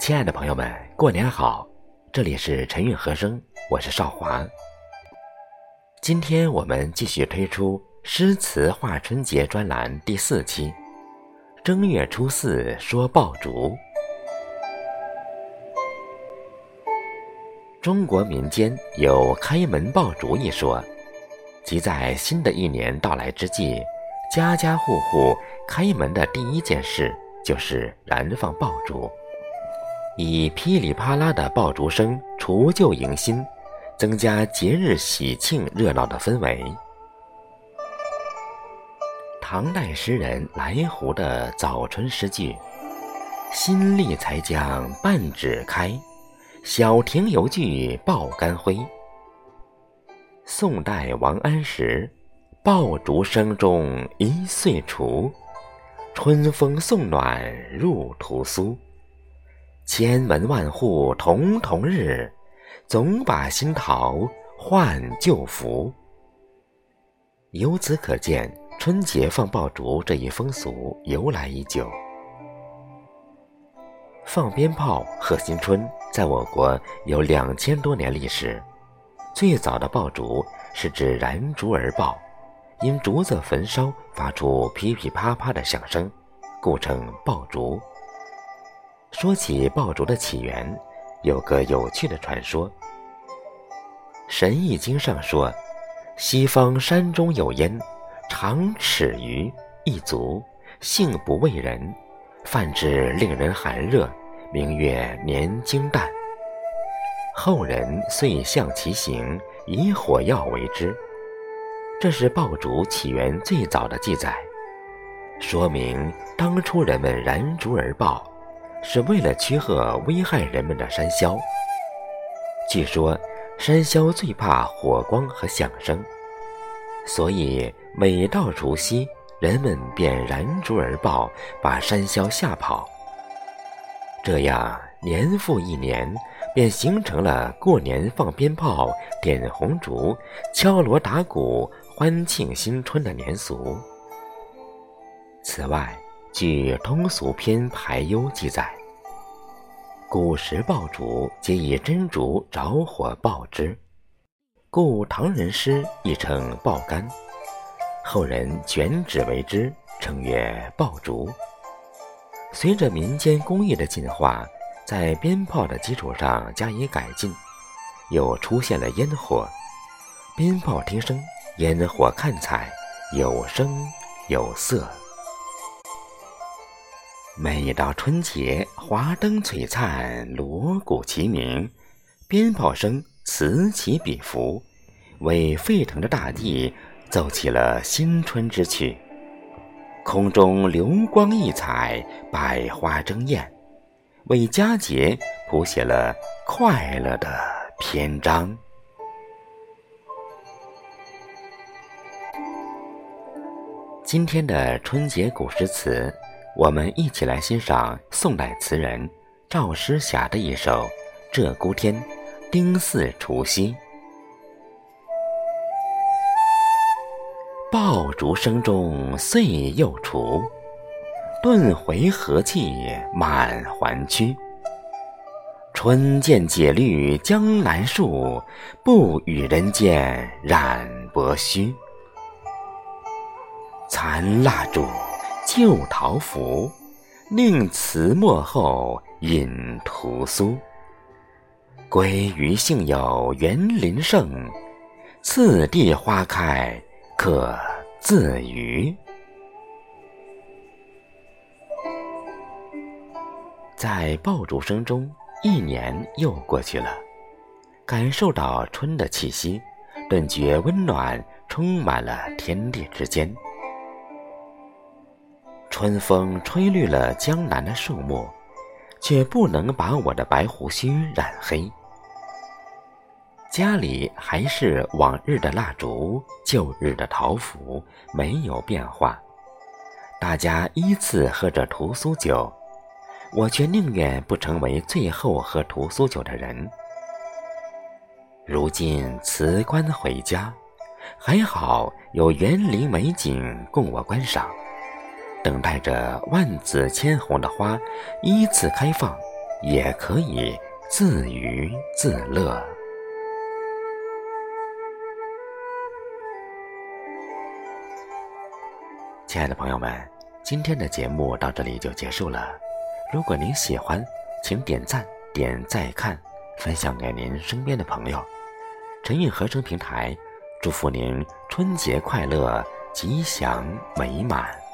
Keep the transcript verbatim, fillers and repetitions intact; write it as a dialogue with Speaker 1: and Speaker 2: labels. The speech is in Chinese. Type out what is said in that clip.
Speaker 1: 亲爱的朋友们，过年好！这里是陈韵和声，我是少华。今天我们继续推出诗词话春节专栏第四期，正月初四说爆竹。中国民间有开门爆竹一说，即在新的一年到来之际，家家户户开门的第一件事就是燃放爆竹，以噼里啪啦的爆竹声除旧迎新，增加节日喜庆热闹的氛围。唐代诗人来胡的早春诗句：新历才将半指开，小庭犹惧爆干灰。宋代王安石：爆竹声中一岁除，春风送暖入屠苏。千门万户曈曈日，总把新桃换旧符。由此可见，春节放爆竹这一风俗由来已久。放鞭炮贺新春在我国有两千多年历史。最早的爆竹是指燃竹而爆，因竹子焚烧发出噼噼啪啪的响声，故称爆竹。说起爆竹的起源，有个有趣的传说。神异经上说，西方山中有烟，长尺余，一足，性不畏人，泛至令人寒热，名曰年经弹。后人遂象其形，以火药为之。这是爆竹起源最早的记载，说明当初人们燃竹而爆，是为了驱吓危害人们的山魈。据说山魈最怕火光和响声，所以每到除夕，人们便燃竹而爆，把山魈吓跑。这样年复一年，便形成了过年放鞭炮、点红烛、敲锣打鼓、欢庆新春的年俗。此外，据《通俗篇排忧》记载，古时爆竹皆以真竹着火爆之，故唐人诗亦称爆干，后人卷纸为之，称曰爆竹。随着民间工艺的进化，在鞭炮的基础上加以改进，又出现了烟火。鞭炮听声，烟火看彩，有声有色。每到春节，华灯璀璨，锣鼓齐鸣，鞭炮声此起彼伏，为沸腾的大地奏起了新春之曲。空中流光溢彩，百花争艳，为佳节谱写了快乐的篇章。今天的春节古诗词，我们一起来欣赏宋代词人赵师霞的一首《鹧鸪天·丁巳除夕》。爆竹声中岁又除，顿回和气满环区。春见解绿江南树，不与人间染薄须。残蜡烛，旧桃符，令词末后引屠苏。归于幸有园林盛，次第花开可自娱。在爆竹声中，一年又过去了，感受到春的气息，顿觉温暖充满了天地之间。春风吹绿了江南的树木，却不能把我的白胡须染黑。家里还是往日的蜡烛，旧日的桃符，没有变化。大家依次喝着屠苏酒，我却宁愿不成为最后喝屠苏酒的人。如今辞官回家，还好有园林美景供我观赏，等待着万紫千红的花依次开放， 也可以自娱自乐。亲爱的朋友们，今天的节目到这里就结束了。如果您喜欢，请点赞、点再看，分享给您身边的朋友。陈韵和声平台祝福您春节快乐，吉祥美满。